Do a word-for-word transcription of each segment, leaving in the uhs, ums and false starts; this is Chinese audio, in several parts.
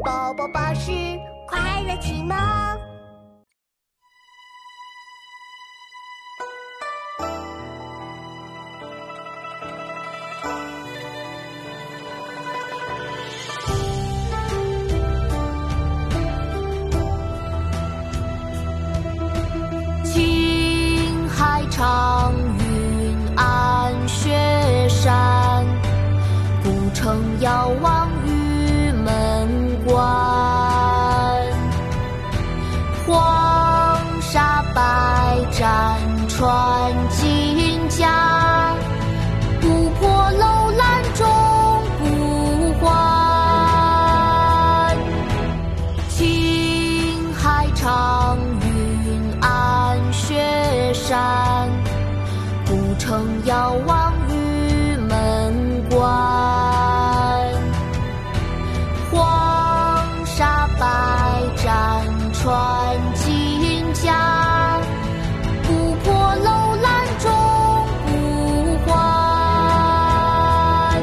宝宝巴士快乐启蒙。 青海长云暗雪山，古城遥望玉门关。黄沙百战穿金甲，不破楼兰终不还。青海长云暗雪山，古城遥望玉门关。黄沙百战穿金甲，不破楼兰终不还。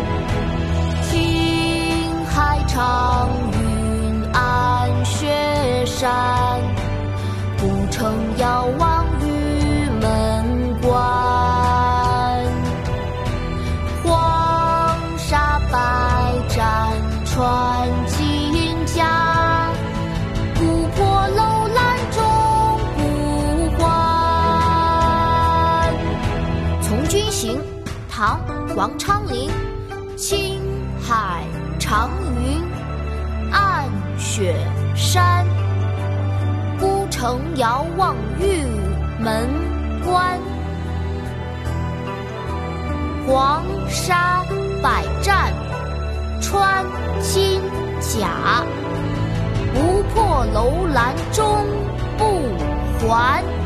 青海长云暗雪山，古城遥望玉门关。黄沙百战穿金甲，不破楼兰终不还。从军行，唐·王昌龄。青海长云暗雪山，孤城遥望玉门关。黄沙百战穿金甲，不破楼兰终不还。